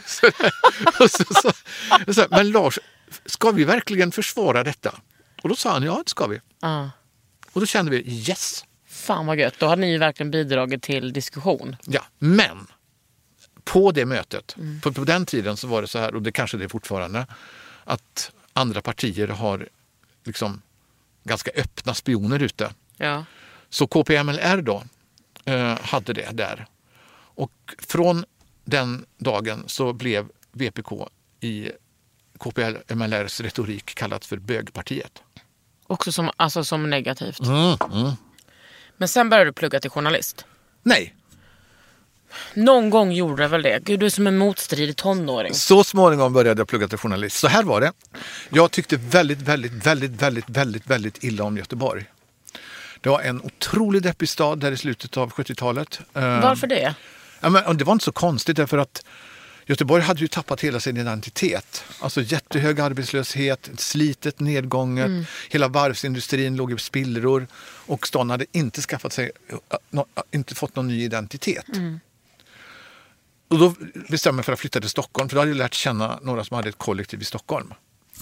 Men Lars, ska vi verkligen försvara detta? Och då sa han, ja det ska vi. Och då kände vi, yes. Fan vad gött, då har ni ju verkligen bidragit till diskussion. Ja, men på det mötet, på den tiden så var det så här, och det kanske det är fortfarande, att andra partier har liksom ganska öppna spioner ute. Ja. Så KPMLR då hade det där. Och från den dagen så blev VPK i KPMLRs retorik kallat för bögpartiet. Också som negativt. Men sen började du plugga till journalist. Nej. Någon gång gjorde jag väl det. Gud, du är som en motstridig tonåring. Så småningom började jag plugga till journalist. Så här var det. Jag tyckte väldigt illa om Göteborg. Det var en otroligt deppig stad där i slutet av 70-talet. Varför det? Ja, men det var inte så konstigt därför att Göteborg hade ju tappat hela sin identitet. Alltså jättehög arbetslöshet, slitet, nedgånget. Hela varvsindustrin låg i spillror och stan hade inte inte fått någon ny identitet. Och då bestämde jag mig för att flytta till Stockholm, för då hade jag lärt känna några som hade ett kollektiv i Stockholm.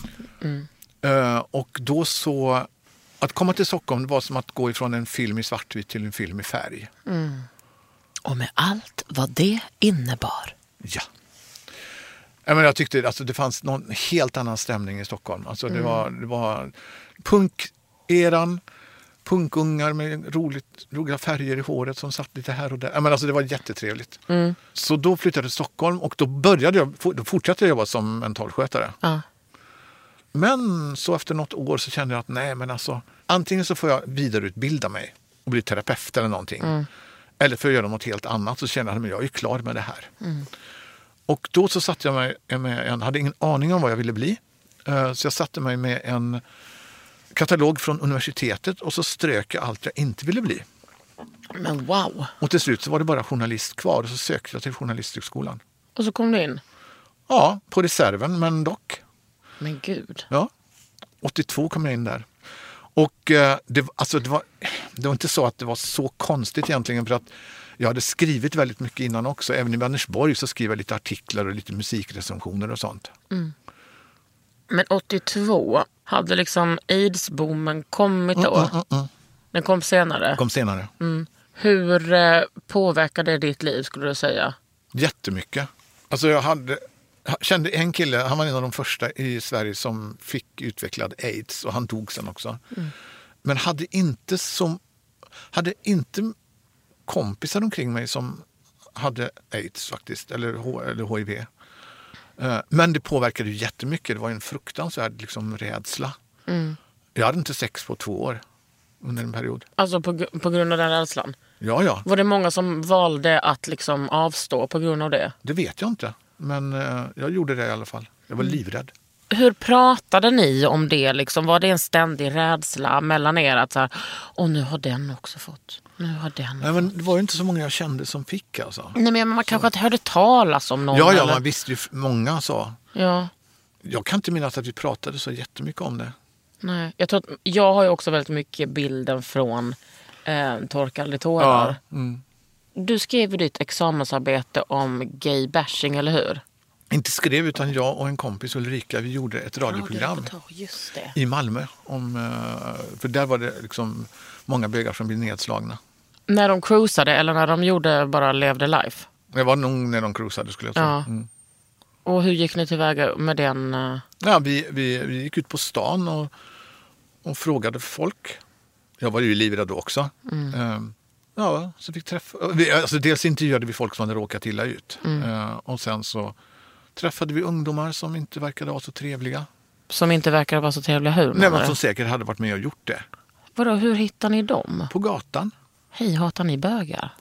Och då så, att komma till Stockholm var som att gå ifrån en film i svartvit till en film i färg. Och med allt vad det innebar. Ja. Men jag tyckte alltså, det fanns någon helt annan stämning i Stockholm. Alltså, det var punkeran, punkungar med roliga färger i håret som satt lite här och där. Men alltså, det var jättetrevligt. Så då flyttade jag till Stockholm och då fortsatte jag jobba som mentalskötare. Men så efter något år så kände jag att nej, men alltså, antingen så får jag vidareutbilda mig och bli terapeut eller någonting. Eller för att göra något helt annat, så kände jag att jag är klar med det här. Och då så satte jag mig hade ingen aning om vad jag ville bli. Så jag satte mig med en katalog från universitetet och så strök jag allt jag inte ville bli. Men wow. Och till slut så var det bara journalist kvar och så sökte jag till journalisthögskolan. Och så kom du in? Ja, på reserven, men dock. Men gud. Ja, 82 kom jag in där. Och det var inte så att det var så konstigt egentligen, för att jag hade skrivit väldigt mycket innan också. Även i Vänersborg så skrev jag lite artiklar och lite musikrecensioner och sånt. Men 82 hade liksom AIDS-boomen kommit då? Den kom senare? Kom senare. Hur påverkade det ditt liv, skulle du säga? Jättemycket. Alltså jag kände en kille, han var en av de första i Sverige som fick utvecklad AIDS, och han dog sen också. Men hade inte kompisar omkring mig som hade AIDS faktiskt, eller HIV. Men det påverkade ju jättemycket. Det var en fruktansvärd liksom rädsla. Jag hade inte sex på 2 år under en period. Alltså på grund av den rädslan? Ja. Var det många som valde att liksom avstå på grund av det? Det vet jag inte. Men jag gjorde det i alla fall. Jag var livrädd. Hur pratade ni om det? Liksom? Var det en ständig rädsla mellan er? Att så här, nu har den också fått. Nu har den Nej, men det var ju inte så många jag kände som fick. Alltså. Nej, men man kanske inte hörde talas om någon. Ja, eller? man visste ju många sa. Ja. Jag kan inte minnas att vi pratade så jättemycket om det. Nej, jag har ju också väldigt mycket bilden från Torkade tårar. Ja. Du skrev ju ditt examensarbete om gay bashing, eller hur? Inte skrev, utan jag och en kompis Ulrika, vi gjorde ett radioprogram just det. i Malmö. För där var det liksom många bögar som blev nedslagna. När de cruisade eller när de bara levde life? Det var nog när de cruisade, skulle jag tro. Ja. Och hur gick ni tillväga med den? Ja, vi gick ut på stan och frågade folk. Jag var ju livrädd då också. Så fick träffa. Alltså dels intervjuade vi folk som hade råkat illa ut. Och sen så träffade vi ungdomar som inte verkade vara så trevliga. Som inte verkade vara så trevliga, hur? Nej, men som säkert hade varit med och gjort det. Vadå, hur hittar ni dem? På gatan. Hej, hatar ni bögar?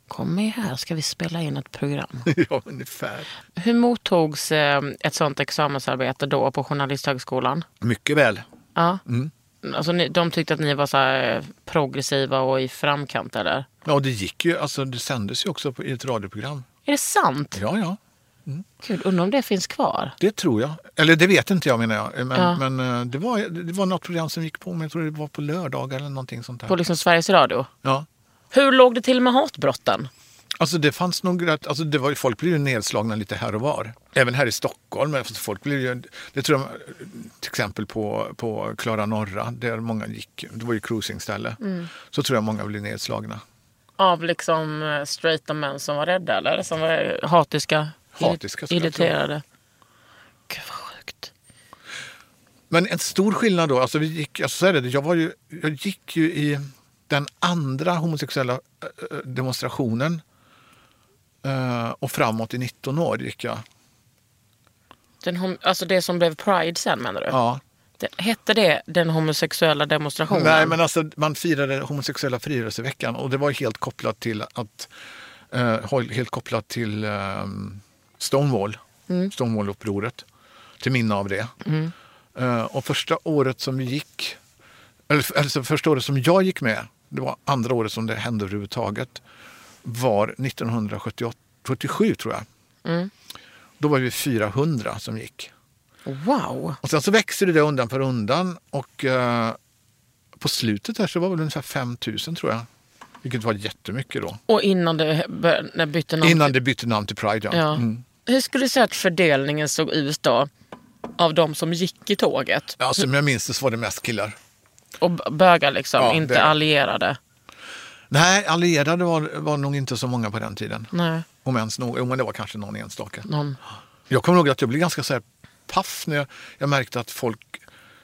Kom med här, ska vi spela in ett program. Ja, ungefär. Hur mottogs ett sånt examensarbete då på Journalisthögskolan? Mycket väl. Ja. Alltså, de tyckte att ni var så här progressiva och i framkant, eller? Ja, och det gick ju, alltså det sändes ju också i ett radioprogram. Är det sant? Ja. Gud, undrar om det finns kvar. Det tror jag. Eller det vet inte jag, menar jag. Men det var något program som gick på, men jag tror det var på lördag eller någonting sånt där. På liksom Sveriges Radio? Ja. Hur låg det till med hatbrotten? Alltså det fanns nog, alltså det var, folk blev ju nedslagna lite här och var. Även här i Stockholm. Folk blev ju, det tror jag till exempel på Klara Norra, där många gick, det var ju cruisingställe. Så tror jag många blev nedslagna. Av liksom straighta män som var rädda, eller som var hatiska irriterade. Gud vad sjukt. Men en stor skillnad då, alltså jag gick ju i den andra homosexuella demonstrationen och framåt i 19 år gick jag. Alltså det som blev Pride sen, menar du? Ja. Hette det den homosexuella demonstrationen? Nej, men alltså man firade homosexuella frigörelseveckan och det var helt kopplat till Stonewall. Stonewall-upproret. Till minne av det. Och första året som vi gick, eller första året som jag gick med, det var andra året som det hände överhuvudtaget, var 1977 tror jag. Då var vi 400 som gick. Wow. Och sen så växte det undan för undan och på slutet här så var det ungefär 5000 tror jag. Vilket var jättemycket då. Och innan det bytte namn? Innan det bytte namn till Pride, ja. Hur skulle du säga att fördelningen såg ut då? Av de som gick i tåget? Ja, som jag minns det så var det mest killar. Och bögar liksom, ja, inte allierade? Nej, allierade var nog inte så många på den tiden. Nej. Om ens nog, men det var kanske någon enstaka. Någon. Jag kommer ihåg att jag blev ganska så här paff när jag märkte att folk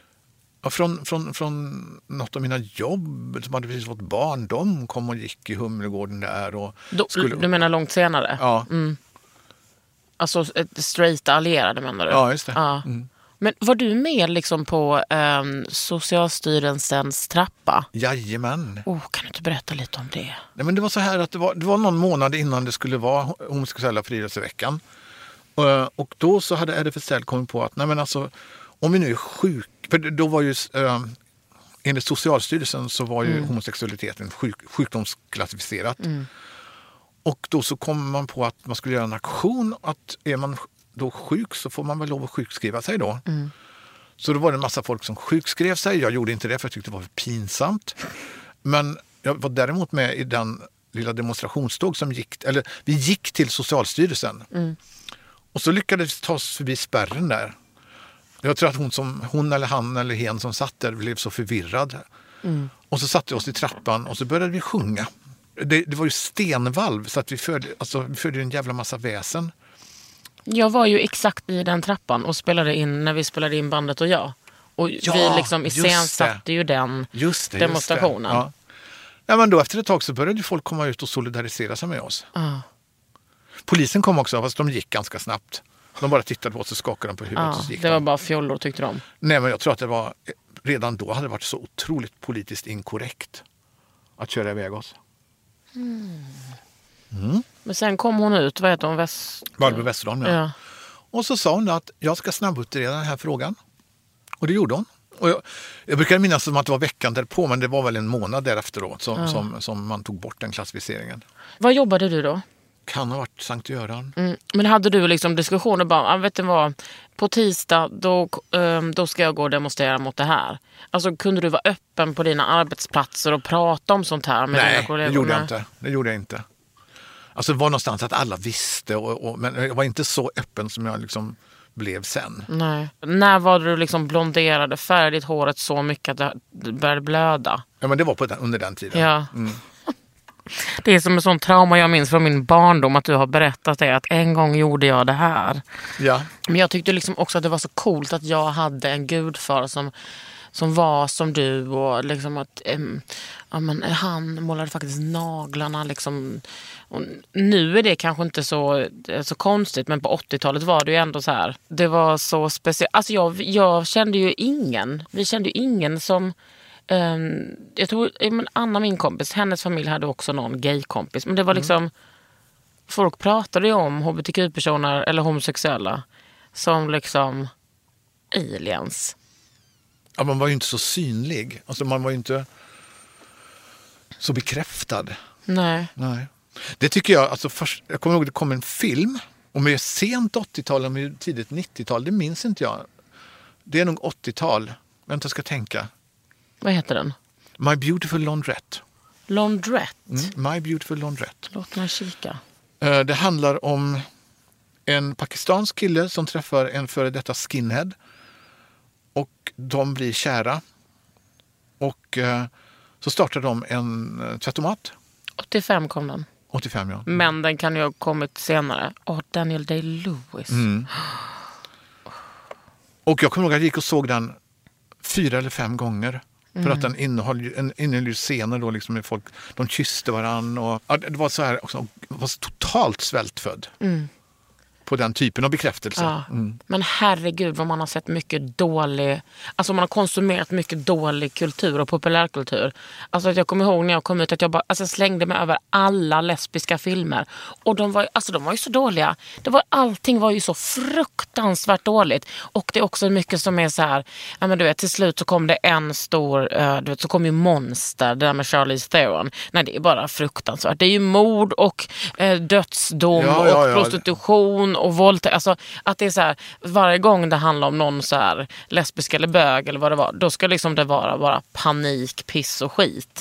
från något av mina jobb som hade precis fått barn, de kom och gick i Humlegården där. Och du menar långt senare? Ja. Alltså straight allierade, menar du? Ja, just det. Ja. Men var du med liksom på Socialstyrelsens trappa? Jajamän. Kan du inte berätta lite om det? Nej, men det var så här att det var någon månad innan det skulle vara homosexuella frigörelseveckan. Och då så hade RFSL kommit på att nej, men alltså, om vi nu är sjuk, för då var ju enligt Socialstyrelsen så var ju homosexualiteten sjukdomsklassificerat. Och då så kom man på att man skulle göra en aktion, att är man då sjuk så får man väl lov att sjukskriva sig då. Så då var det en massa folk som sjukskrev sig. Jag gjorde inte det för jag tyckte det var för pinsamt. Men jag var däremot med i den lilla demonstrationståg som vi gick till Socialstyrelsen. Och så lyckades vi ta oss förbi spärren där. Jag tror att hon eller han eller hen som satt där blev så förvirrad. Och så satte vi oss i trappan och så började vi sjunga. Det var ju stenvalv så att vi förde en jävla massa väsen. Jag var ju exakt i den trappan och spelade in när vi spelade in Bandet och jag. Och vi liksom iscensatte ju den demonstrationen. Ja. Ja, men då efter ett tag så började folk komma ut och solidarisera sig med oss. Polisen kom också, fast de gick ganska snabbt. De bara tittade på oss och skakade dem på huvudet. Och så gick det var bara fjollor, tyckte de. Nej, men jag tror att det var redan då hade det varit så otroligt politiskt inkorrekt att köra iväg oss. Men sen kom hon ut, vad heter hon? Barbro Westerholm, ja. Och så sa hon att jag ska snabbutreda den här frågan. Och det gjorde hon. Och jag brukar minnas som att det var veckan därpå, men det var väl en månad därefter då som man tog bort den klassificeringen. Vad jobbade du då? Kan ha varit Sankt Göran. Men hade du liksom diskussioner bara, vet du vad, på tisdag då ska jag gå och demonstrera mot det här. Alltså kunde du vara öppen på dina arbetsplatser och prata om sånt här med dina kollegor? Nej, det gjorde jag inte. Alltså det var någonstans att alla visste, men jag var inte så öppen som jag liksom blev sen. Nej. När var du liksom blonderade, färdigt håret så mycket att det började blöda? Ja, men det var under den tiden. Ja. Det är som en sån trauma jag minns från min barndom, att du har berättat det, att en gång gjorde jag det här. Ja. Men jag tyckte liksom också att det var så coolt att jag hade en gudfar som var som du, och liksom att han målade faktiskt naglarna liksom. Och nu är det kanske inte så konstigt, men på 80-talet var det ju ändå så här. Det var så speciellt. Alltså jag kände ju ingen. Vi kände ju ingen som Jag tror Anna, min kompis, hennes familj hade också någon gaykompis. Men det var liksom, folk pratade ju om hbtq-personer eller homosexuella som liksom aliens. Ja, man var ju inte så synlig. Alltså man var ju inte så bekräftad. Nej. Det tycker jag, alltså först, jag kommer ihåg det kom en film om det är sent 80-tal eller tidigt 90-tal, det minns inte jag. Det är nog 80-tal. Vänta, jag ska tänka. Vad heter den? My Beautiful Laundrette. Laundrette? My Beautiful Laundrette. Låt mig kika. Det handlar om en pakistansk kille som träffar en före detta skinhead. Och de blir kära. Och så startar de en tvättomat. 85 kom den. 85, ja. Men den kan ju ha kommit senare. Daniel Day-Lewis. Och jag kommer ihåg att jag gick och såg den 4 eller 5 gånger. För att den innehöll scener då liksom med folk, de kysste varann. Och, det var så här också, var så totalt svältfödd. På den typen av bekräftelse. Ja. Men herregud vad man har sett mycket dålig, alltså man har konsumerat mycket dålig kultur och populärkultur. Alltså jag kommer ihåg när jag kom ut att jag bara slängde mig över alla lesbiska filmer. Och de var ju så dåliga. Allting var ju så fruktansvärt dåligt. Och det är också mycket som är så här, ja men du vet, till slut så kom det en stor, du vet, så kom ju Monster, det där med Charlize Theron. Nej, det är bara fruktansvärt. Det är ju mord och dödsdom och prostitution och våldtäkt, alltså att det är så här, varje gång det handlar om någon så här lesbisk eller bög eller vad det var, då ska liksom det vara bara panik, piss och skit.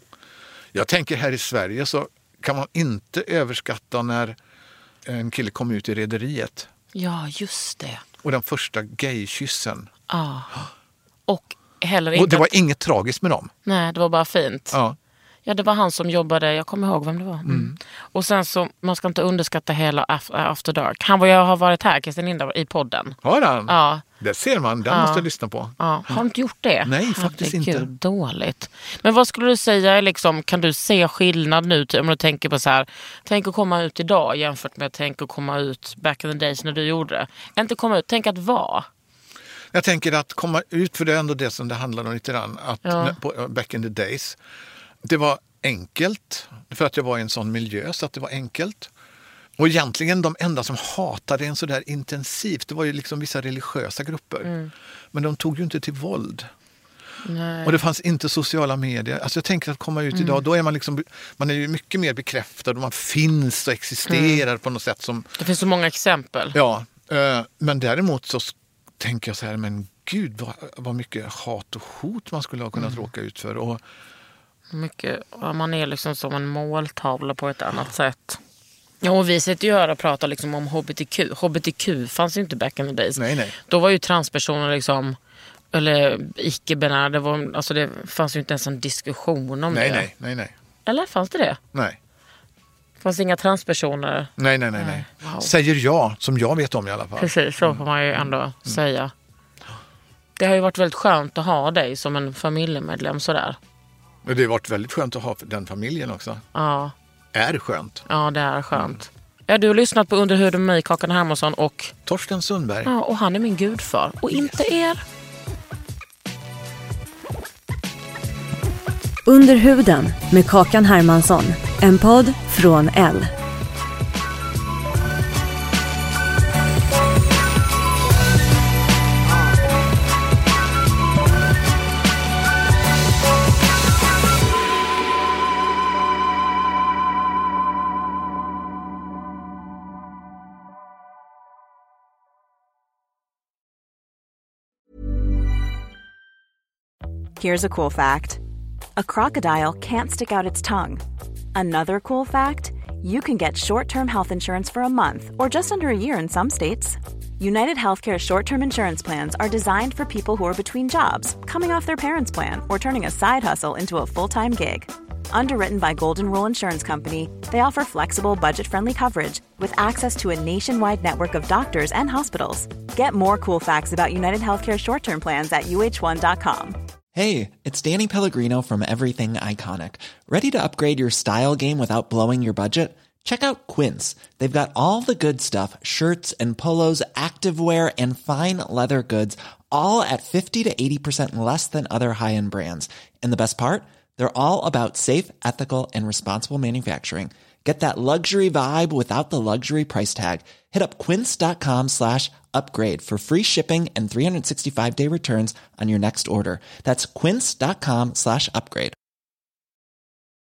Jag tänker här i Sverige så kan man inte överskatta när en kille kom ut i Rederiet. Ja, just det. Och den första gaykyssen. Ja. Och heller inte... Och det var inget tragiskt med dem. Nej, det var bara fint. Ja. Ja, det var han som jobbade, jag kommer ihåg vem det var. Och sen så, man ska inte underskatta hela After Dark. Han har varit här, Kristin Linda, i podden. Har han? Ja. Det ser man, den måste jag lyssna på. Ja. Har du inte gjort det? Nej, faktiskt inte. Dåligt. Men vad skulle du säga, liksom, kan du se skillnad nu om du tänker på så här, tänk att komma ut idag jämfört med tänk att komma ut back in the days när du gjorde det. Inte komma ut, tänk att vara. Jag tänker att komma ut, för det är ändå det som det handlar om lite grann, att på back in the days. Det var enkelt, för att jag var i en sån miljö så att det var enkelt. Och egentligen de enda som hatade en så där intensivt, det var ju liksom vissa religiösa grupper. Men de tog ju inte till våld. Nej. Och det fanns inte sociala medier. Alltså jag tänker att komma ut idag, då är man liksom, man är ju mycket mer bekräftad och man finns och existerar på något sätt som... Det finns så många exempel. Ja, men däremot så tänker jag så här, men gud vad mycket hat och hot man skulle ha kunnat råka ut för. Och mycket, man är liksom som en måltavla på ett annat sätt. Ja, och vi sitter ju här och pratar liksom om HBTQ. HBTQ fanns ju inte back in the days. Nej. Då var ju transpersoner liksom, eller icke-binära, alltså det fanns ju inte ens en diskussion om det. Nej. Eller fanns det? Nej. Fanns inga transpersoner? Nej. Wow. Säger jag, som jag vet om i alla fall. Precis, så får man ju ändå säga. Det har ju varit väldigt skönt att ha dig som en familjemedlem sådär. Det har varit väldigt skönt att ha den familjen också. Ja. Är skönt. Ja, det är skönt. Ja, du har lyssnat på Under huden med mig, Kakan Hermansson och... Torsten Sundberg. Ja, och han är min gudfar. Och inte er. Under huden med Kakan Hermansson. En podd från L. Here's a cool fact. A crocodile can't stick out its tongue. Another cool fact, you can get short-term health insurance for a month or just under a year in some states. United Healthcare short-term insurance plans are designed for people who are between jobs, coming off their parents' plan, or turning a side hustle into a full-time gig. Underwritten by Golden Rule Insurance Company, they offer flexible, budget-friendly coverage with access to a nationwide network of doctors and hospitals. Get more cool facts about United Healthcare short-term plans at uh1.com. Hey, it's Danny Pellegrino from Everything Iconic. Ready to upgrade your style game without blowing your budget? Check out Quince. They've got all the good stuff, shirts and polos, activewear, and fine leather goods, all at 50 to 80% less than other high-end brands. And the best part? They're all about safe, ethical, and responsible manufacturing. Get that luxury vibe without the luxury price tag. Hit up quince.com/upgrade for free shipping and 365-day returns on your next order. That's quince.com/upgrade.